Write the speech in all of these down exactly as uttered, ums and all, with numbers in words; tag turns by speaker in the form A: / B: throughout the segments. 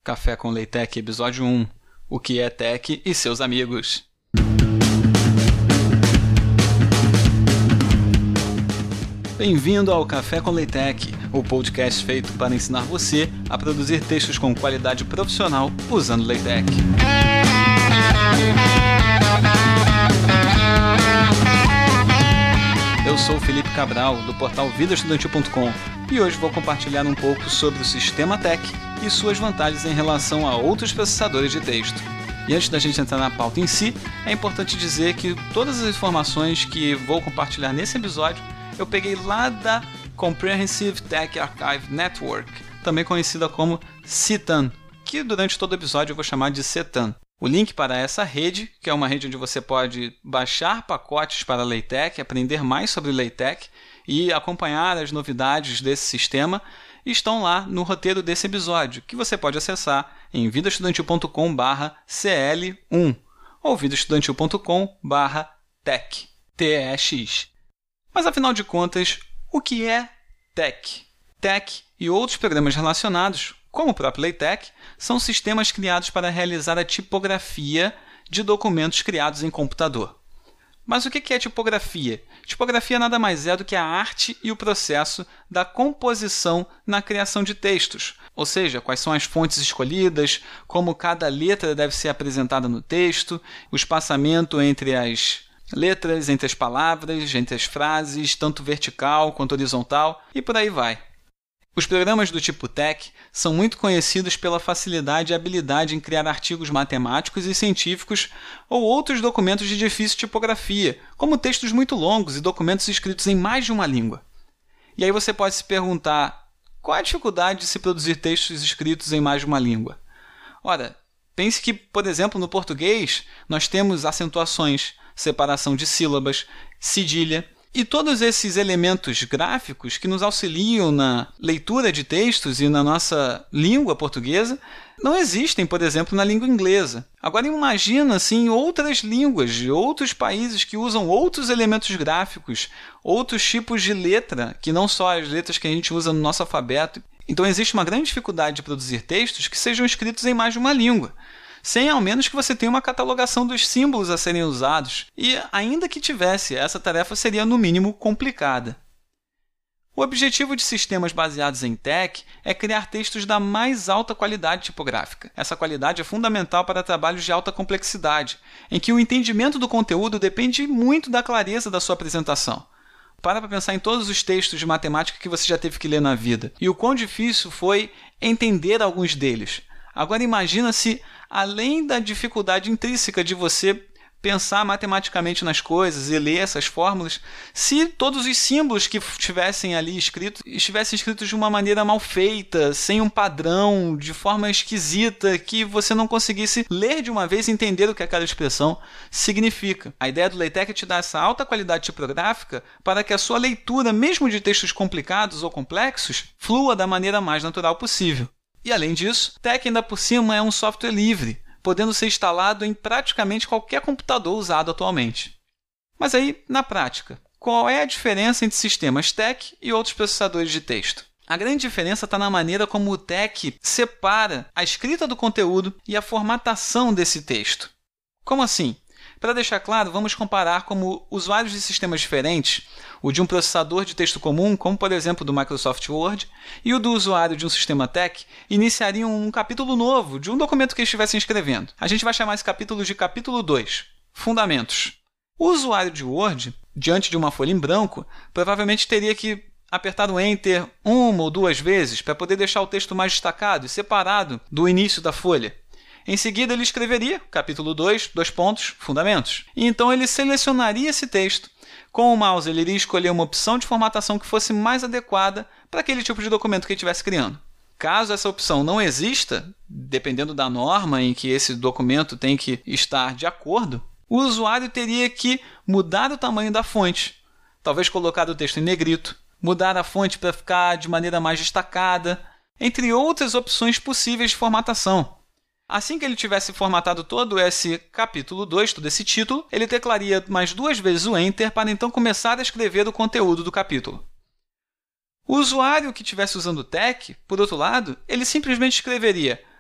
A: Café com LeiTech, episódio um. O que é Tech e seus amigos. Bem-vindo ao Café com LeiTech, o podcast feito para ensinar você a produzir textos com qualidade profissional usando LeiTech. Eu sou o Felipe Cabral, do portal vida estudantil ponto com, e hoje vou compartilhar um pouco sobre o sistema Tech e suas vantagens em relação a outros processadores de texto. E antes da gente entrar na pauta em si, é importante dizer que todas as informações que vou compartilhar nesse episódio eu peguei lá da Comprehensive Tech Archive Network, também conhecida como CTAN, que durante todo o episódio eu vou chamar de CTAN. O link para essa rede, que é uma rede onde você pode baixar pacotes para LeiTech, aprender mais sobre LeiTech e acompanhar as novidades desse sistema, estão lá no roteiro desse episódio, que você pode acessar em vida estudantil ponto com barra C L um ou vida estudantil ponto com barra tech, T E X. Mas afinal de contas, o que é Tech? Tech e outros programas relacionados, como o próprio LeiTech, são sistemas criados para realizar a tipografia de documentos criados em computador. Mas o que é tipografia? Tipografia nada mais é do que a arte e o processo da composição na criação de textos, ou seja, quais são as fontes escolhidas, como cada letra deve ser apresentada no texto, o espaçamento entre as letras, entre as palavras, entre as frases, tanto vertical quanto horizontal, e por aí vai. Os programas do tipo Tech são muito conhecidos pela facilidade e habilidade em criar artigos matemáticos e científicos ou outros documentos de difícil tipografia, como textos muito longos e documentos escritos em mais de uma língua. E aí você pode se perguntar, qual é a dificuldade de se produzir textos escritos em mais de uma língua? Ora, pense que, por exemplo, no português, nós temos acentuações, separação de sílabas, cedilha, e todos esses elementos gráficos que nos auxiliam na leitura de textos e na nossa língua portuguesa não existem, por exemplo, na língua inglesa. Agora imagina assim, outras línguas de outros países que usam outros elementos gráficos, outros tipos de letra, que não só as letras que a gente usa no nosso alfabeto. Então existe uma grande dificuldade de produzir textos que sejam escritos em mais de uma língua, sem ao menos que você tenha uma catalogação dos símbolos a serem usados. E, ainda que tivesse, essa tarefa seria, no mínimo, complicada. O objetivo de sistemas baseados em Tech é criar textos da mais alta qualidade tipográfica. Essa qualidade é fundamental para trabalhos de alta complexidade, em que o entendimento do conteúdo depende muito da clareza da sua apresentação. Para para pensar em todos os textos de matemática que você já teve que ler na vida, e o quão difícil foi entender alguns deles. Agora imagina se, além da dificuldade intrínseca de você pensar matematicamente nas coisas e ler essas fórmulas, se todos os símbolos que estivessem ali escritos estivessem escritos de uma maneira mal feita, sem um padrão, de forma esquisita, que você não conseguisse ler de uma vez e entender o que aquela expressão significa. A ideia do LeiTech é te dar essa alta qualidade tipográfica para que a sua leitura, mesmo de textos complicados ou complexos, flua da maneira mais natural possível. E além disso, Tech ainda por cima é um software livre, podendo ser instalado em praticamente qualquer computador usado atualmente. Mas aí, na prática, qual é a diferença entre sistemas Tech e outros processadores de texto? A grande diferença está na maneira como o Tech separa a escrita do conteúdo e a formatação desse texto. Como assim? Para deixar claro, vamos comparar como usuários de sistemas diferentes, o de um processador de texto comum, como por exemplo do Microsoft Word, e o do usuário de um sistema Tech, iniciariam um capítulo novo de um documento que estivessem escrevendo. A gente vai chamar esse capítulo de capítulo dois, Fundamentos. O usuário de Word, diante de uma folha em branco, provavelmente teria que apertar o Enter uma ou duas vezes para poder deixar o texto mais destacado e separado do início da folha. Em seguida, ele escreveria, capítulo dois, dois pontos, fundamentos. E então ele selecionaria esse texto. Com o mouse, ele iria escolher uma opção de formatação que fosse mais adequada para aquele tipo de documento que ele estivesse criando. Caso essa opção não exista, dependendo da norma em que esse documento tem que estar de acordo, o usuário teria que mudar o tamanho da fonte, talvez colocar o texto em negrito, mudar a fonte para ficar de maneira mais destacada, entre outras opções possíveis de formatação. Assim que ele tivesse formatado todo esse capítulo dois, todo esse título, ele teclaria mais duas vezes o Enter para então começar a escrever o conteúdo do capítulo. O usuário que estivesse usando o Tech, por outro lado, ele simplesmente escreveria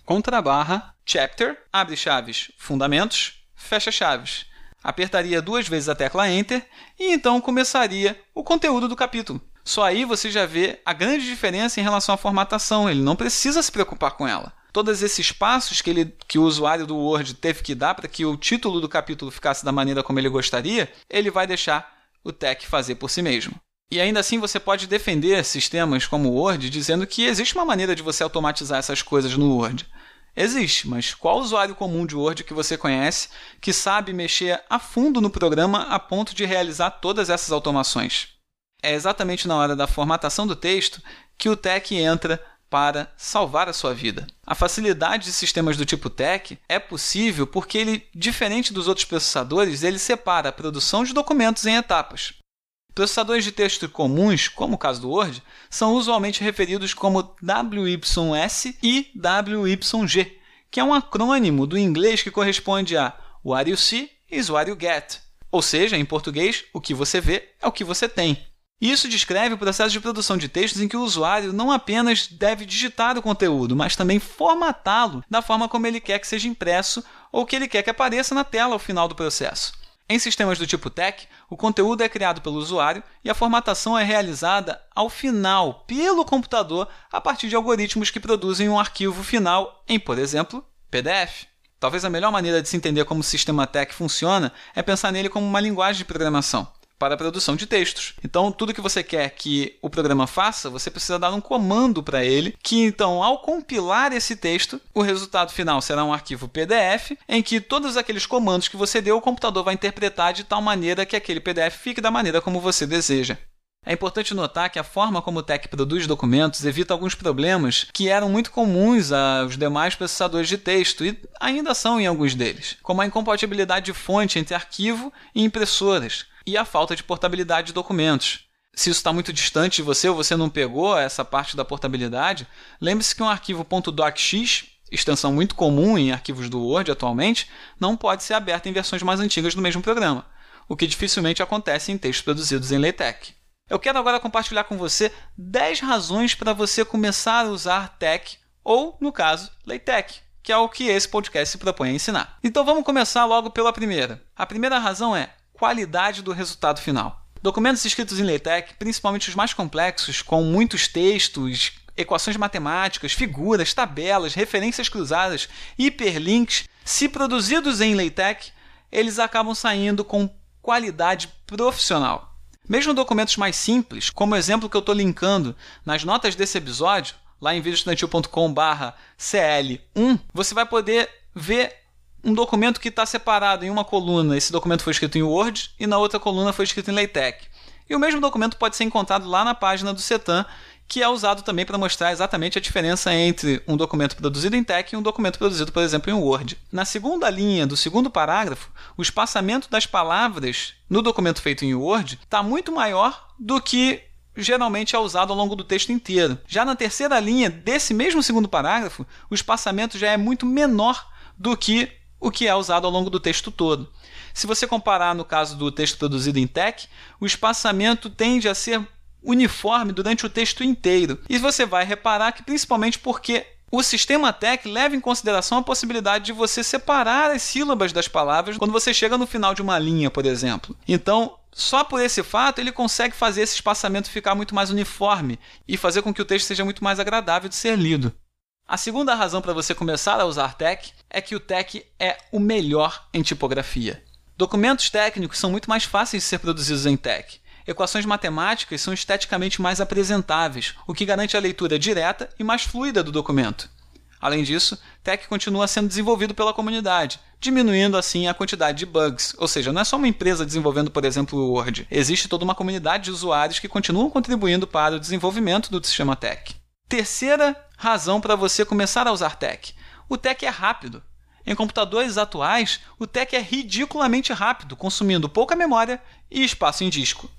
A: contrabarra, chapter, abre chaves, fundamentos, fecha chaves. Apertaria duas vezes a tecla Enter e então começaria o conteúdo do capítulo. Só aí você já vê a grande diferença em relação à formatação, ele não precisa se preocupar com ela. Todos esses passos que, ele, que o usuário do Word teve que dar para que o título do capítulo ficasse da maneira como ele gostaria, ele vai deixar o Tech fazer por si mesmo. E ainda assim você pode defender sistemas como o Word dizendo que existe uma maneira de você automatizar essas coisas no Word. Existe, mas qual usuário comum de Word que você conhece que sabe mexer a fundo no programa a ponto de realizar todas essas automações? É exatamente na hora da formatação do texto que o Tech entra para salvar a sua vida. A facilidade de sistemas do tipo Tech é possível porque ele, diferente dos outros processadores, ele separa a produção de documentos em etapas. Processadores de texto comuns, como o caso do Word, são usualmente referidos como W Y S e W Y G, que é um acrônimo do inglês que corresponde a What you see is what you get, ou seja, em português, o que você vê é o que você tem. Isso descreve o processo de produção de textos em que o usuário não apenas deve digitar o conteúdo, mas também formatá-lo da forma como ele quer que seja impresso ou que ele quer que apareça na tela ao final do processo. Em sistemas do tipo Tech, o conteúdo é criado pelo usuário e a formatação é realizada ao final pelo computador a partir de algoritmos que produzem um arquivo final em, por exemplo, P D F. Talvez a melhor maneira de se entender como o sistema Tech funciona é pensar nele como uma linguagem de programação para a produção de textos. Então, tudo que você quer que o programa faça, você precisa dar um comando para ele, que então, ao compilar esse texto, o resultado final será um arquivo P D F, em que todos aqueles comandos que você deu, o computador vai interpretar de tal maneira que aquele P D F fique da maneira como você deseja. É importante notar que a forma como o Tech produz documentos evita alguns problemas que eram muito comuns aos demais processadores de texto e ainda são em alguns deles, como a incompatibilidade de fonte entre arquivo e impressoras, e a falta de portabilidade de documentos. Se isso está muito distante de você ou você não pegou essa parte da portabilidade, lembre-se que um arquivo .docx, extensão muito comum em arquivos do Word atualmente, não pode ser aberto em versões mais antigas do mesmo programa, o que dificilmente acontece em textos produzidos em LaTeX. Eu quero agora compartilhar com você dez razões para você começar a usar Tech, ou, no caso, LaTeX, que é o que esse podcast se propõe a ensinar. Então vamos começar logo pela primeira. A primeira razão é qualidade do resultado final. Documentos escritos em LaTeX, principalmente os mais complexos, com muitos textos, equações matemáticas, figuras, tabelas, referências cruzadas, hiperlinks, se produzidos em LaTeX, eles acabam saindo com qualidade profissional. Mesmo documentos mais simples, como o exemplo que eu estou linkando nas notas desse episódio, lá em vídeo estudantil ponto com barra C L um, você vai poder ver um documento que está separado em uma coluna, esse documento foi escrito em Word, e na outra coluna foi escrito em LaTeX. E o mesmo documento pode ser encontrado lá na página do CETAM, que é usado também para mostrar exatamente a diferença entre um documento produzido em Tech e um documento produzido, por exemplo, em Word. Na segunda linha do segundo parágrafo, o espaçamento das palavras no documento feito em Word está muito maior do que geralmente é usado ao longo do texto inteiro. Já na terceira linha desse mesmo segundo parágrafo, o espaçamento já é muito menor do que o que é usado ao longo do texto todo. Se você comparar no caso do texto produzido em Tech, o espaçamento tende a ser uniforme durante o texto inteiro. E você vai reparar que principalmente porque o sistema Tech leva em consideração a possibilidade de você separar as sílabas das palavras quando você chega no final de uma linha, por exemplo. Então, só por esse fato, ele consegue fazer esse espaçamento ficar muito mais uniforme e fazer com que o texto seja muito mais agradável de ser lido. A segunda razão para você começar a usar Tech é que o Tech é o melhor em tipografia. Documentos técnicos são muito mais fáceis de ser produzidos em Tech. Equações matemáticas são esteticamente mais apresentáveis, o que garante a leitura direta e mais fluida do documento. Além disso, Tech continua sendo desenvolvido pela comunidade, diminuindo assim a quantidade de bugs. Ou seja, não é só uma empresa desenvolvendo, por exemplo, o Word. Existe toda uma comunidade de usuários que continuam contribuindo para o desenvolvimento do sistema Tech. Terceira razão para você começar a usar Tech. O Tech é rápido. Em computadores atuais, o Tech é ridiculamente rápido, consumindo pouca memória e espaço em disco.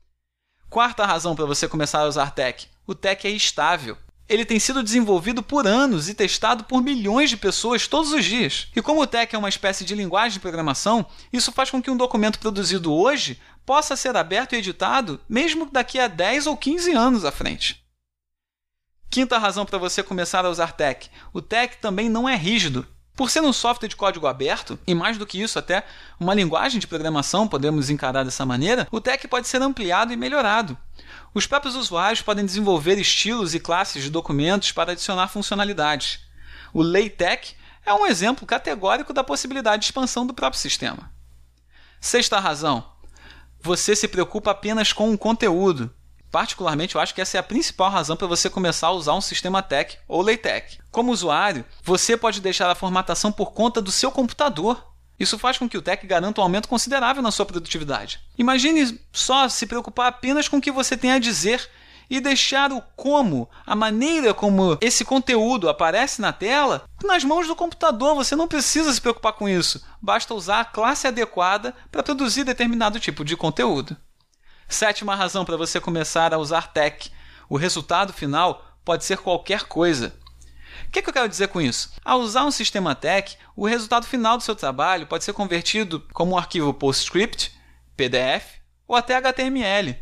A: Quarta razão para você começar a usar Tech. O Tech é estável. Ele tem sido desenvolvido por anos e testado por milhões de pessoas todos os dias. E como o Tech é uma espécie de linguagem de programação, isso faz com que um documento produzido hoje possa ser aberto e editado mesmo daqui a dez ou quinze anos à frente. Quinta razão para você começar a usar Tech. O Tech também não é rígido. Por ser um software de código aberto, e mais do que isso até uma linguagem de programação, podemos encarar dessa maneira, o Tech pode ser ampliado e melhorado. Os próprios usuários podem desenvolver estilos e classes de documentos para adicionar funcionalidades. O LaTeX é um exemplo categórico da possibilidade de expansão do próprio sistema. Sexta razão. Você se preocupa apenas com o conteúdo. Particularmente, eu acho que essa é a principal razão para você começar a usar um sistema Tech ou LaTeX. Como usuário, você pode deixar a formatação por conta do seu computador. Isso faz com que o Tech garanta um aumento considerável na sua produtividade. Imagine só se preocupar apenas com o que você tem a dizer e deixar o como, a maneira como esse conteúdo aparece na tela, nas mãos do computador. Você não precisa se preocupar com isso. Basta usar a classe adequada para produzir determinado tipo de conteúdo. Sétima razão para você começar a usar Tech. O resultado final pode ser qualquer coisa. O que, que eu quero dizer com isso? Ao usar um sistema Tech, o resultado final do seu trabalho pode ser convertido como um arquivo PostScript, P D F ou até H T M L.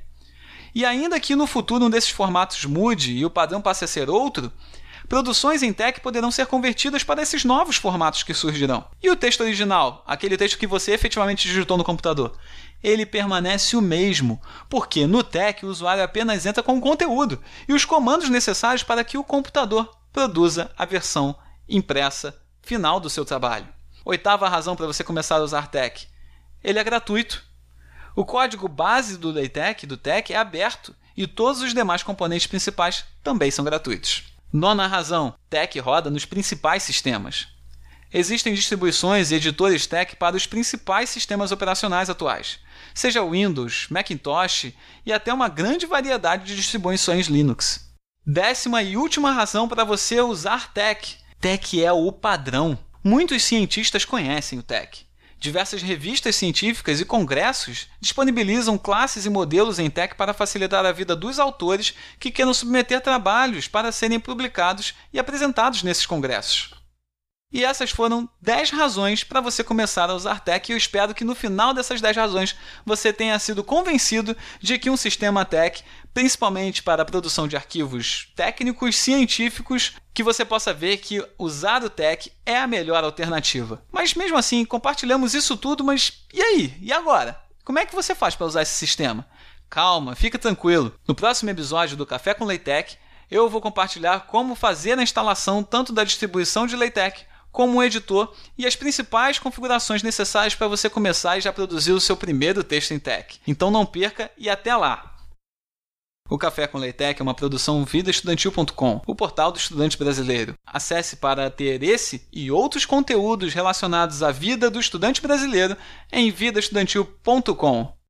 A: E ainda que no futuro um desses formatos mude e o padrão passe a ser outro, produções em Tech poderão ser convertidas para esses novos formatos que surgirão. E o texto original, aquele texto que você efetivamente digitou no computador, ele permanece o mesmo, porque no Tech o usuário apenas entra com o conteúdo e os comandos necessários para que o computador produza a versão impressa final do seu trabalho. Oitava razão para você começar a usar Tech. Ele é gratuito. O código base do LaTeX, do Tech, é aberto e todos os demais componentes principais também são gratuitos. Nona razão. Tech roda nos principais sistemas. Existem distribuições e editores Tech para os principais sistemas operacionais atuais, seja Windows, Macintosh e até uma grande variedade de distribuições Linux. Décima e última razão para você usar Tech. Tech é o padrão. Muitos cientistas conhecem o Tech. Diversas revistas científicas e congressos disponibilizam classes e modelos em Tech para facilitar a vida dos autores que queiram submeter trabalhos para serem publicados e apresentados nesses congressos. E essas foram dez razões para você começar a usar Tech, e eu espero que no final dessas dez razões você tenha sido convencido de que um sistema Tech, principalmente para a produção de arquivos técnicos, científicos, que você possa ver que usar o Tech é a melhor alternativa. Mas mesmo assim, compartilhamos isso tudo, mas e aí? E agora? Como é que você faz para usar esse sistema? Calma, fica tranquilo. No próximo episódio do Café com LaTeX, eu vou compartilhar como fazer a instalação tanto da distribuição de LaTeX como um editor e as principais configurações necessárias para você começar e já produzir o seu primeiro texto em Tech. Então não perca e até lá! O Café com LaTeX é uma produção vida estudantil ponto com, o portal do estudante brasileiro. Acesse para ter esse e outros conteúdos relacionados à vida do estudante brasileiro em vida estudantil ponto com.